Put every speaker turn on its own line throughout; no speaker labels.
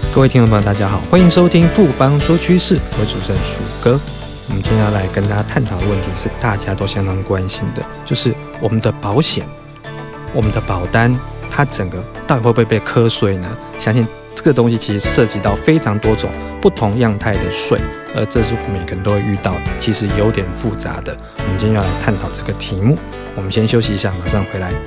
各位听众朋友大家好，欢迎收听富邦说趋势，我是主持人鼠哥。我们今天要来跟大家探讨的问题是大家都相当关心的，就是我们的保险、我们的保单，它整个到底会不会被课税呢？相信这个东西其实涉及到非常多种不同样态的税，而这是我们每个人都会遇到，其实有点复杂的。我们今天要来探讨这个题目，我们先休息一下，马上回来。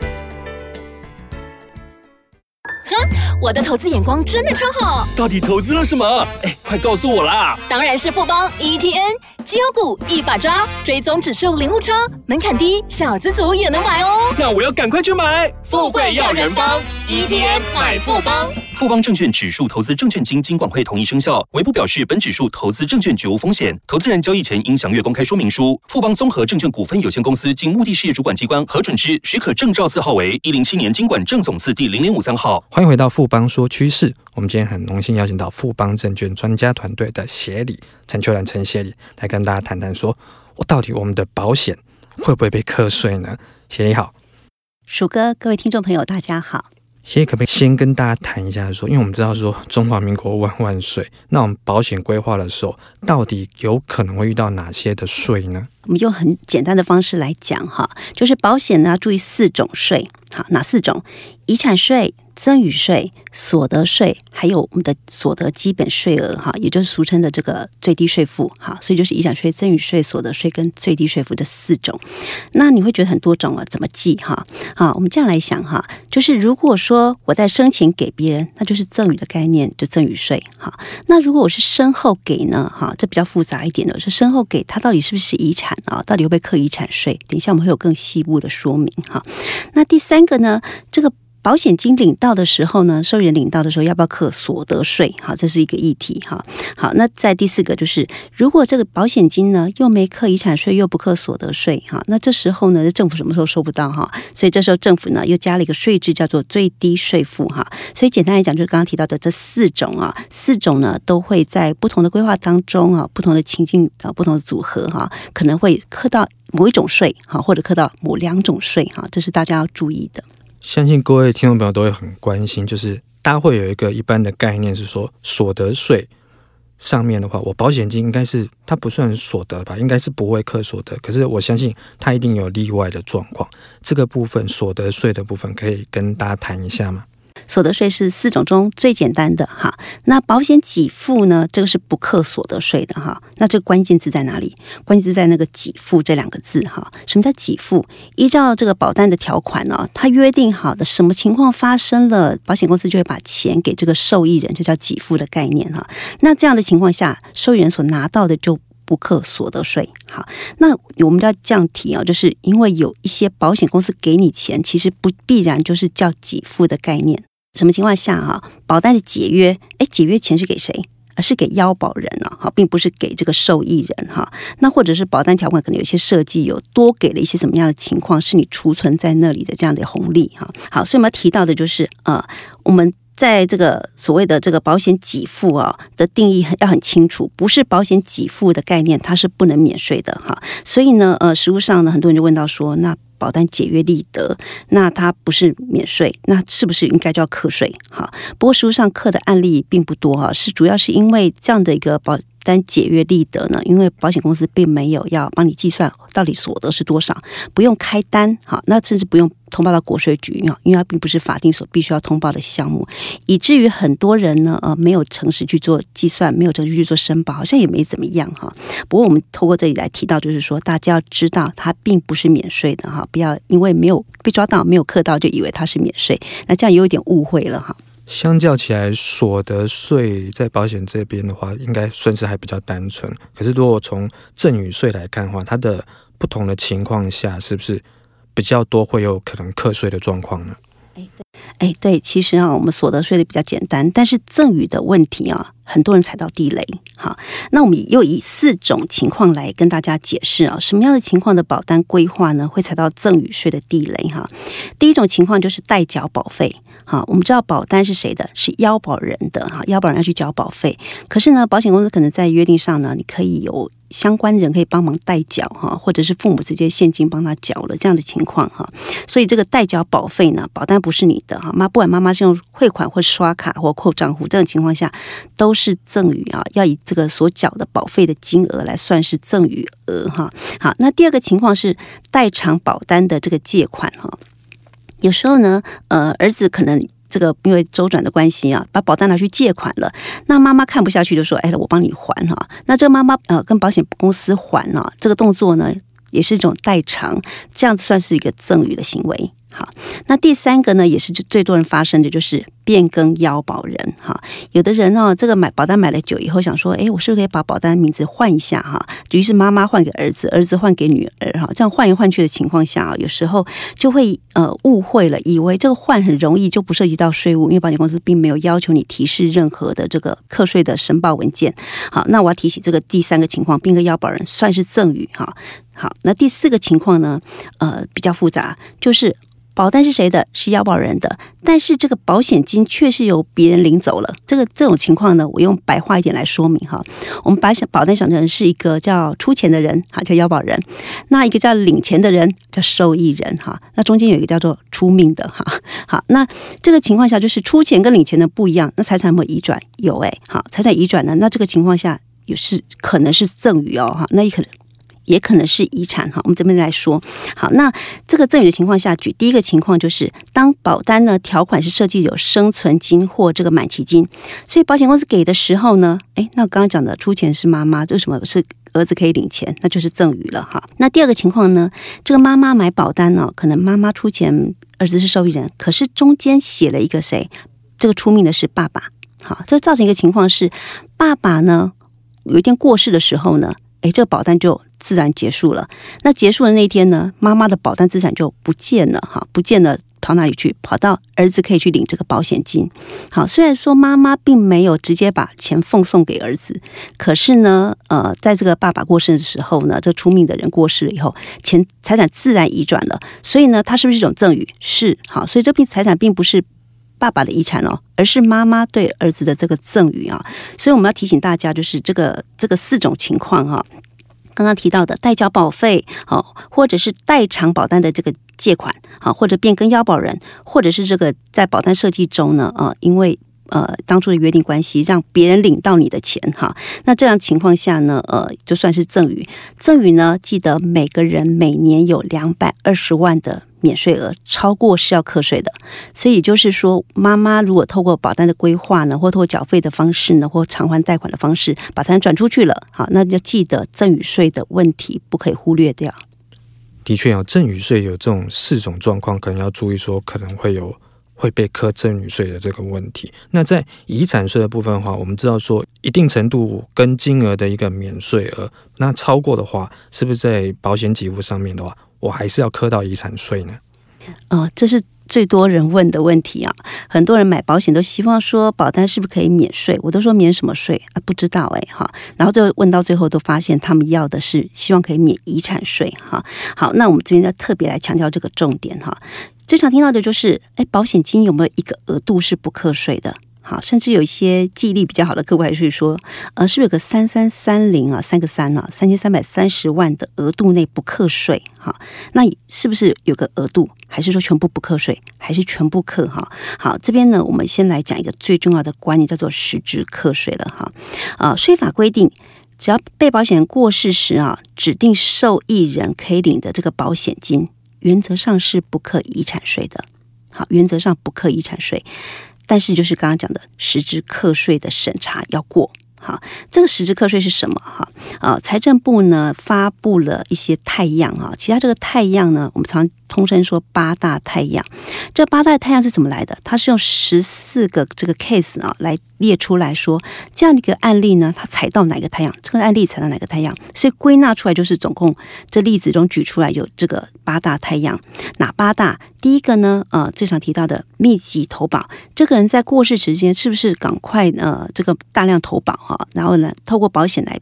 我的投资眼光真的超好，
到底投资了什么？快告诉我啦！
当然是富邦 ETN 绩优股一把抓，追踪指数零误差，门槛低，小资族也能买哦。
那我要赶快去买，
富贵要人帮 ，ETN 买富邦。
富邦证券指数投资证券金管会同意生效，微不表示本指数投资证券绝无风险，投资人交易前应详阅公开说明书。富邦综合证券股份有限公司经目的事业主管机关核准之许可证照字号为107年金管证总字第0053号。
欢迎回到富邦说趋势，我们今天很荣幸邀请到富邦证券专家团队的协理陈秋兰陈协理来跟大家谈谈说，到底我们的保险会不会被课税呢？协理好。
鼠哥，各位听众朋友大家好。
协理可不可以先跟大家谈一下说，因为我们知道说中华民国万万岁，那我们保险规划的时候到底有可能会遇到哪些的税呢？
我们用很简单的方式来讲哈，就是保险呢要注意4种税。好，哪4种？遗产税、赠与税、所得税，还有我们的所得基本税额哈，也就是俗称的这个最低税负。好，所以就是遗产税、赠与税、所得税跟最低税负这4种。那你会觉得很多种啊，怎么记哈？好，我们这样来想哈，就是如果说我在生前给别人，那就是赠与的概念，就赠与税。好，那如果我是身后给呢？哈，这比较复杂一点的，是身后给它到底是不是遗产啊？到底会不会课遗产税？等一下我们会有更细部的说明哈。那第3个呢，这个保险金领到的时候呢，受益人领到的时候要不要课所得税？好，这是一个议题哈。好，那在第4个就是，如果这个保险金呢又没课遗产税，又不课所得税哈，那这时候呢，政府什么时候收不到哈？所以这时候政府呢又加了一个税制，叫做最低税负哈。所以简单来讲，就是刚刚提到的这4种啊，4种呢都会在不同的规划当中啊，不同的情境啊，不同的组合哈，可能会课到某一种税哈，或者课到某2种税哈，这是大家要注意的。
相信各位听众朋友都会很关心，就是大家会有一个一般的概念是说，所得税上面的话，我保险金应该是它不算所得吧，应该是不会课所得，可是我相信它一定有例外的状况。这个部分所得税的部分可以跟大家谈一下吗？
所得税是4种中最简单的哈，那保险给付呢，这个是不课所得税的哈。那这个关键字在哪里？关键字在那个给付这2个字哈。什么叫给付？依照这个保单的条款呢，它约定好的什么情况发生了，保险公司就会把钱给这个受益人，就叫给付的概念哈。那这样的情况下，受益人所拿到的就不课所得税。好，那我们要这样提啊，就是因为有一些保险公司给你钱，其实不必然就是叫给付的概念。什么情况下哈，保单的解约，解约钱是给谁？是给要保人啊，并不是给这个受益人哈。那或者是保单条款可能有些设计有多给了一些什么样的情况，是你储存在那里的这样的红利哈。好，所以我们要提到的就是我们在这个所谓的这个保险给付的定义要很清楚，不是保险给付的概念，它是不能免税的哈。所以呢，实务上呢，很多人就问到说，那保单解约立得，那它不是免税，那是不是应该就要课税？哈，不过实务上课的案例并不多哈，是主要是因为这样的一个保单解约立得呢，因为保险公司并没有要帮你计算到底所得是多少，不用开单，好，那甚至不用通报到国税局，因为它并不是法定所必须要通报的项目，以至于很多人呢，没有诚实去做计算，没有诚实去做申报，好像也没怎么样哈。不过我们透过这里来提到，就是说大家要知道，它并不是免税的哈，不要因为没有被抓到、没有课到，就以为它是免税，那这样有一点误会了哈。
相较起来，所得税在保险这边的话，应该算是还比较单纯。可是如果从赠与税来看的话，它的不同的情况下，是不是比较多会有可能课税的状况呢？
对，其实我们所得税的比较简单，但是赠与的问题很多人踩到地雷。好，那我们又以4种情况来跟大家解释什么样的情况的保单规划呢会踩到赠与税的地雷哈？第一种情况就是代缴保费。好，我们知道保单是谁的？是要保人的哈，要保人要去缴保费。可是呢，保险公司可能在约定上呢，你可以有相关人可以帮忙代缴哈，或者是父母直接现金帮他缴了这样的情况哈。所以这个代缴保费呢，保单不是你的哈，不管妈妈是用汇款或刷卡或扣账户，这种情况下都是赠与啊，要以这个所缴的保费的金额来算是赠与额哈。好，那第二个情况是代偿保单的这个借款哈，有时候呢，儿子可能这个因为周转的关系啊，把保单拿去借款了，那妈妈看不下去就说：“哎，我帮你还哈。”那这个妈妈跟保险公司还啊，这个动作呢也是一种代偿，这样子算是一个赠与的行为。好，那第三个呢，也是最多人发生的就是变更要保人哈。有的人这个买保单买了久以后，想说，我是不是可以把保单名字换一下哈？于是妈妈换给儿子，儿子换给女儿哈。这样换来换去的情况下，有时候就会误会了，以为这个换很容易，就不涉及到税务，因为保险公司并没有要求你提示任何的这个课税的申报文件。好，那我要提醒这个第三个情况，变更要保人算是赠与哈。好，那第四个情况呢，比较复杂，就是保单是谁的？是要保人的，但是这个保险金却是由别人领走了。这种情况呢，我用白话一点来说明哈。我们把保单想成是一个叫出钱的人，叫要保人；那一个叫领钱的人叫受益人哈。那中间有一个叫做出命的哈。好，那这个情况下就是出钱跟领钱的不一样。那财产有没有移转？有好，财产移转呢？那这个情况下可能是赠与哈。那也可能是遗产哈，我们这边来说。好，那这个赠与的情况下，举第一个情况就是，当保单呢条款是设计有生存金或这个满期金，所以保险公司给的时候呢，那刚刚讲的出钱是妈妈，为什么是儿子可以领钱？那就是赠与了哈。那第二个情况呢，这个妈妈买保单呢，可能妈妈出钱，儿子是受益人，可是中间写了一个谁？这个出命的是爸爸。好，这造成一个情况是，爸爸呢有一天过世的时候呢，这个保单就自然结束了。那结束的那一天呢，妈妈的保单资产就不见了哈，不见了，跑哪里去？跑到儿子可以去领这个保险金。好，虽然说妈妈并没有直接把钱奉送给儿子，可是呢，在这个爸爸过世的时候呢，这出命的人过世了以后，财产自然移转了，所以呢，它是不是一种赠与？是。好，所以这笔财产并不是爸爸的遗产而是妈妈对儿子的这个赠与啊。所以我们要提醒大家，就是这个4种情况哈。刚刚提到的代缴保费，或者是代偿保单的这个借款，或者变更要保人，或者是这个在保单设计中呢，因为当初的约定关系让别人领到你的钱哈，那这样情况下呢，就算是赠与。赠与呢，记得每个人每年有220万的免税额，超过是要课税的。所以也就是说，妈妈如果透过保单的规划呢，或透过缴费的方式呢，或偿还贷款的方式把财产转出去了，好，那就记得赠与税的问题不可以忽略掉。
的确赠与税有这种4种状况，可能要注意说可能会被课赠与税的这个问题。那在遗产税的部分的话，我们知道说一定程度跟金额的一个免税额，那超过的话，是不是在保险给付上面的话，我还是要课到遗产税呢？
这是最多人问的问题啊！很多人买保险都希望说保单是不是可以免税，我都说免什么税啊？不知道哈。然后就问到最后都发现他们要的是希望可以免遗产税哈。好，那我们这边要特别来强调这个重点哈。最常听到的就是，保险金有没有一个额度是不课税的？好，甚至有一些记忆力比较好的客户还是说，是不是有个3330啊，3个3啊，3330万的额度内不课税？哈，那是不是有个额度？还是说全部不课税？还是全部课？哈，好，这边呢，我们先来讲一个最重要的观念，叫做实质课税了哈。税法规定，只要被保险人过世时啊，指定受益人可以领的这个保险金，原则上是不课遗产税的。好，原则上不课遗产税。但是就是刚刚讲的实质课税的审查要过。好，这个实质课税是什么哈？财政部呢发布了一些态样哈，其他这个态样呢，我们常通称说8大态样。这8大态样是怎么来的？它是用14个这个 case 来列出来说，这样的一个案例呢，它踩到哪个态样？这个案例踩到哪个态样？所以归纳出来就是总共这例子中举出来有这个8大态样。哪8大？第一个呢，最常提到的密集投保，这个人在过世时间是不是赶快这个大量投保哈，然后呢，透过保险来把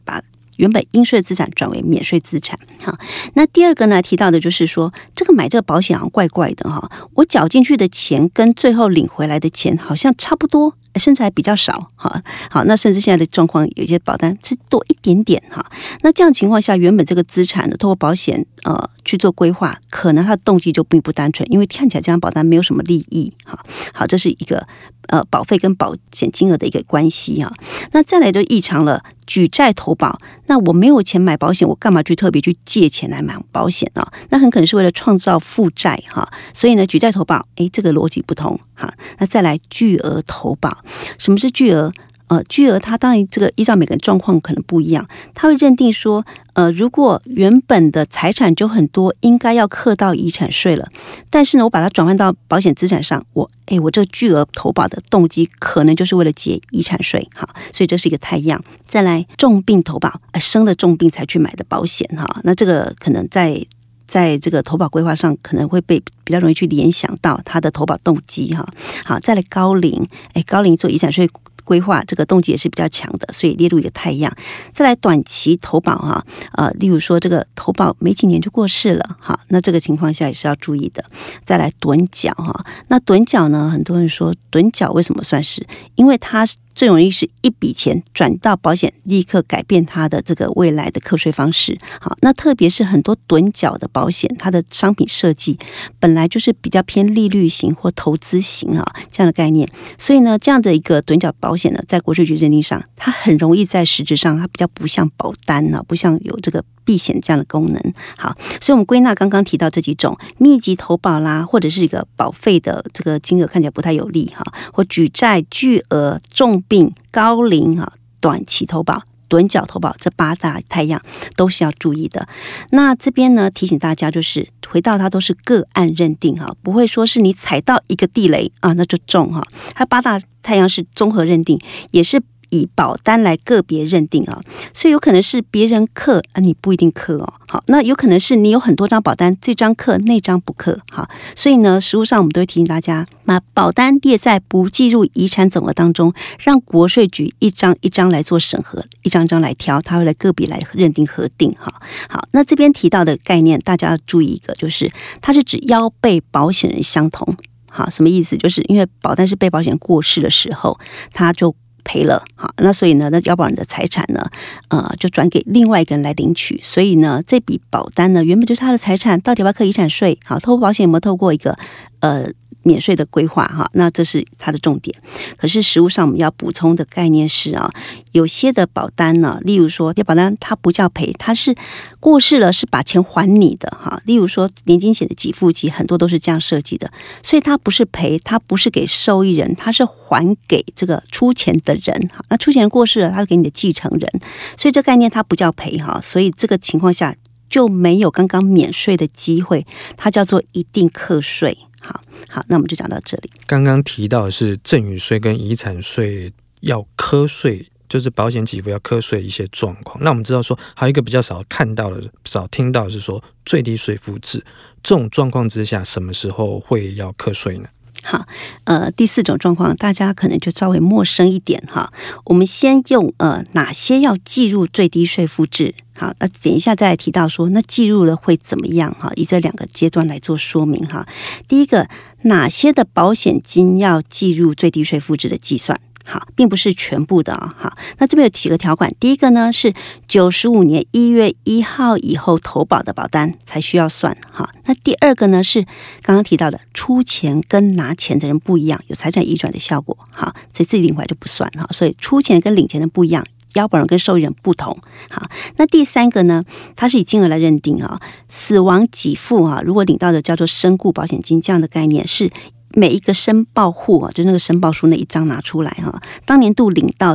原本应税资产转为免税资产。好，那第二个呢，提到的就是说，这个买这个保险好像怪怪的哈，我缴进去的钱跟最后领回来的钱好像差不多，甚至还比较少哈。好，那甚至现在的状况，有些保单是多一点点哈。那这样情况下，原本这个资产呢，透过保险去做规划，可能它的动机就并不单纯，因为看起来这张保单没有什么利益哈。好，这是一个保费跟保险金额的一个关系哈。那再来就异常了，举债投保。那我没有钱买保险，我干嘛去特别去借钱来买保险呢？那很可能是为了创造负债哈。所以呢，举债投保，这个逻辑不同哈。那再来巨额投保，什么是巨额？巨额它当然这个依照每个人状况可能不一样，它会认定说，如果原本的财产就很多，应该要课到遗产税了，但是呢，我把它转换到保险资产上，我这个巨额投保的动机可能就是为了节遗产税，好，所以这是一个太阳。再来重病投保，生了重病才去买的保险哈，那这个可能在这个投保规划上可能会被比较容易去联想到它的投保动机哈。好，再来高龄，高龄做遗产税规划，这个动机也是比较强的，所以列入一个太阳。再来短期投保哈，例如说这个投保没几年就过世了，好，那这个情况下也是要注意的。再来趸缴哈，那趸缴呢，很多人说趸缴为什么算是？因为它最容易是一笔钱转到保险，立刻改变它的这个未来的课税方式。好，那特别是很多趸缴的保险，它的商品设计本来就是比较偏利率型或投资型啊这样的概念，所以呢，这样的一个趸缴保险呢，在国税局认定上，它很容易在实质上，它比较不像保单啊，不像有这个避险这样的功能。好，所以我们归纳刚刚提到这几种密集投保啦，或者是一个保费的这个金额看起来不太有利哈，或举债、巨额、重病、高龄哈、短期投保、趸缴投保，这8大太阳都是要注意的。那这边呢，提醒大家就是回到它都是个案认定哈，不会说是你踩到一个地雷啊那就中哈。它8大太阳是综合认定，也是以保单来个别认定啊，所以有可能是别人课你不一定课哦。好，那有可能是你有很多张保单，这张课那张不课。好，所以呢，实务上我们都会提醒大家，把保单列在不计入遗产总额当中，让国税局一张一张来做审核，一张张来挑，他会来个别来认定核定。好，那这边提到的概念，大家要注意一个，就是它是指腰背保险人相同。好，什么意思？就是因为保单是被保险过世的时候，他就赔了，好，那所以呢，那要保人的财产呢，就转给另外一个人来领取，所以呢，这笔保单呢，原本就是他的财产，到底要不要课遗产税？好，透过保险有没有透过一个免税的规划哈？那这是它的重点。可是实务上我们要补充的概念是有些的保单呢，例如说，这保单它不叫赔，它是过世了是把钱还你的哈。例如说年金险的给付期很多都是这样设计的，所以它不是赔，它不是给受益人，它是还给这个出钱的人哈。那出钱人过世了，它是给你的继承人，所以这概念它不叫赔哈。所以这个情况下就没有刚刚免税的机会，它叫做一定课税。好，那我们就讲到这里。
刚刚提到的是赠与税跟遗产税要课税，就是保险给付要课税一些状况。那我们知道说，还有一个比较少看到的、少听到的是说最低税负制，这种状况之下，什么时候会要课税呢？
好，第4种状况大家可能就稍微陌生一点哈。我们先用哪些要计入最低税负制。好，那等一下再来提到说，那计入了会怎么样哈？以这2个阶段来做说明哈。第一个，哪些的保险金要计入最低税负制的计算？好，并不是全部的好，那这边有几个条款。第一个呢是95年1月1号以后投保的保单才需要算。好，那第二个呢是刚刚提到的出钱跟拿钱的人不一样，有财产移转的效果。好，所以自己领回来就不算。好，所以出钱跟领钱的不一样，要保人跟受益人不同。好，那第3个呢，它是以金额来认定死亡给付如果领到的叫做身故保险金，这样的概念是每一个申报户就那个申报书那一张拿出来当年度领到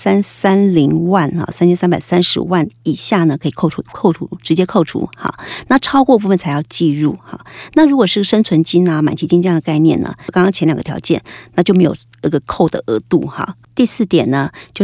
3330万3330万以下呢，可以扣除直接扣除。好，那超过部分才要计入。好，那如果是生存金满期金这样的概念呢，刚刚前2个条件那就没有这个扣的额度。好，第4点呢，就是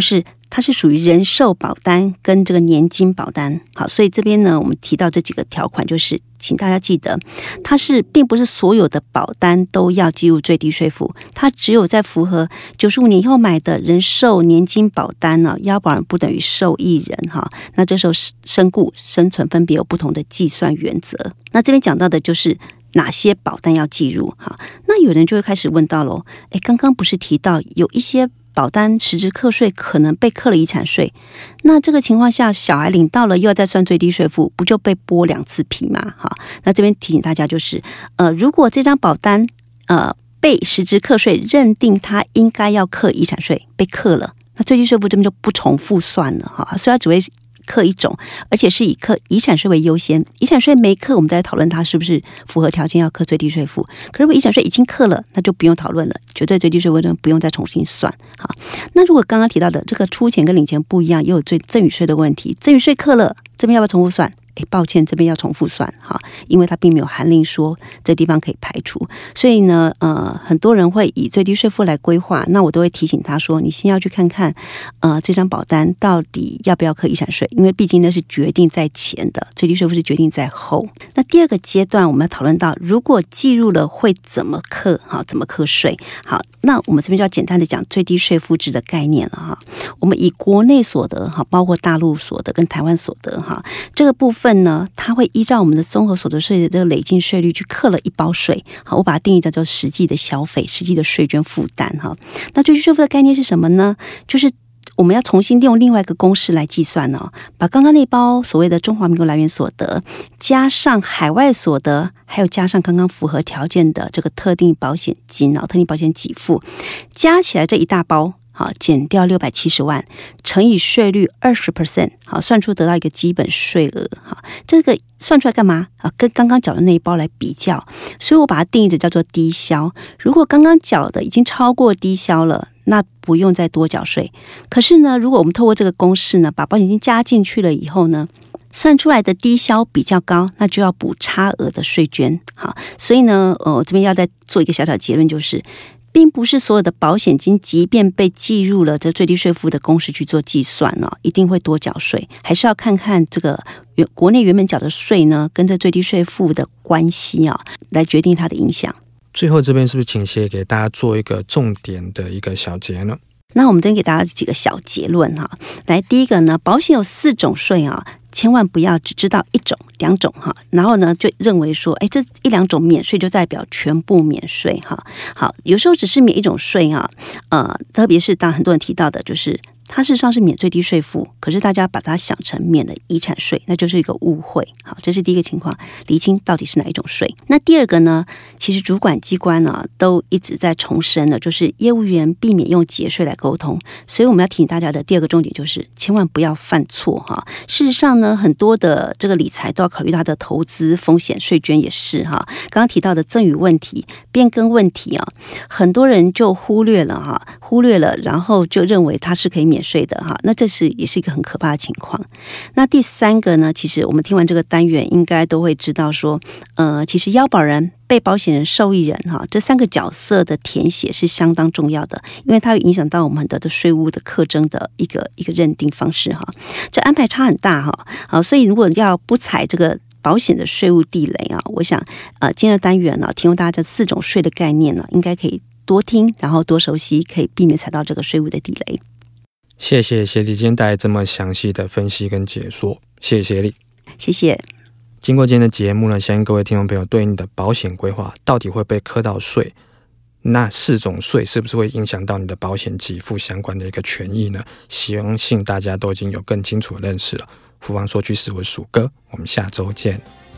它是属于人寿保单跟这个年金保单。好，所以这边呢，我们提到这几个条款，就是请大家记得，它并不是所有的保单都要计入最低税负，它只有在符合95年以后买的人寿年金保单呢，要保人不等于受益人哈。那这时候身故生存分别有不同的计算原则。那这边讲到的就是哪些保单要计入哈？那有人就会开始问到喽，刚刚不是提到有一些保单实质课税可能被课了遗产税，那这个情况下，小孩领到了又要再算最低税负，不就被剥2次皮吗？哈，那这边提醒大家就是，如果这张保单被实质课税认定他应该要课遗产税，被课了，那最低税负这边就不重复算了哈，所以它只会课一种，而且是以课遗产税为优先。遗产税没课，我们再讨论它是不是符合条件要课最低税负。可是如果遗产税已经课了，那就不用讨论了，绝对最低税负不用再重新算。好，那如果刚刚提到的这个出钱跟领钱不一样，又有赠与税的问题，赠与税课了，这边要不要重复算？抱歉，这边要重复算哈，因为它并没有函令说这地方可以排除，所以呢，很多人会以最低税负来规划，那我都会提醒他说，你先要去看看，这张保单到底要不要课遗产税，因为毕竟那是决定在前的，最低税负是决定在后。那第二个阶段，我们要讨论到，如果计入了会怎么课，好，怎么课税？好，那我们这边就要简单的讲最低税负制的概念了哈。我们以国内所得哈，包括大陆所得跟台湾所得哈，这个部分呢，它会依照我们的综合所得税的这个累进税率去课了一包税。好，我把它定义叫做实际的消费、实际的税捐负担哈。那最低税负的概念是什么呢？就是我们要重新用另外一个公式来计算哦，把刚刚那包所谓的中华民国来源所得，加上海外所得，还有加上刚刚符合条件的这个特定保险金特定保险给付，加起来这一大包。好，减掉670万，乘以税率20%，好，算出得到一个基本税额。好，这个算出来干嘛啊？跟刚刚缴的那一包来比较，所以我把它定义的叫做低消。如果刚刚缴的已经超过低消了，那不用再多缴税。可是呢，如果我们透过这个公式呢，把保险金加进去了以后呢，算出来的低消比较高，那就要补差额的税捐。好，所以呢，我这边要再做一个小小结论，就是并不是所有的保险金即便被计入了这最低税负的公式去做计算一定会多缴税，还是要看看这个国内原本缴的税呢跟这最低税负的关系来决定它的影响。
最后这边是不是请谢给大家做一个重点的一个小结呢？
那我们这边给大家几个小结论哈。来，第一个呢，保险有4种税千万不要只知道1种、2种哈，然后呢就认为说，这1-2种免税就代表全部免税哈。好，有时候只是免一种税特别是当很多人提到的，就是它事实上是免最低税负，可是大家把它想成免了遗产税，那就是一个误会。好，这是第一个情况，厘清到底是哪一种税。那第二个呢，其实主管机关都一直在重申了，就是业务员避免用节税来沟通，所以我们要提醒大家的第二个重点就是千万不要犯错哈。事实上呢，很多的这个理财都要考虑它的投资风险，税捐也是哈。刚刚提到的赠与问题、变更问题很多人就忽略了，然后就认为它是可以免税的哈，那这也是一个很可怕的情况。那第三个呢，其实我们听完这个单元应该都会知道说，其实要保人、被保险人、受益人这3个角色的填写是相当重要的，因为它会影响到我们很多的税务的课征的一个认定方式哈，这安排差很大哈。所以如果要不踩这个保险的税务地雷我想今天的单元提供大家这4种税的概念应该可以多听，然后多熟悉，可以避免踩到这个税务的地雷。
谢谢协理今天带来这么详细的分析跟解说，谢谢协理。
谢谢。
经过今天的节目呢，相信各位听众朋友对你的保险规划到底会被课到税，那4种税是不是会影响到你的保险给付相关的一个权益呢？相信大家都已经有更清楚的认识了。富邦说趋势，我是鼠哥，我们下周见。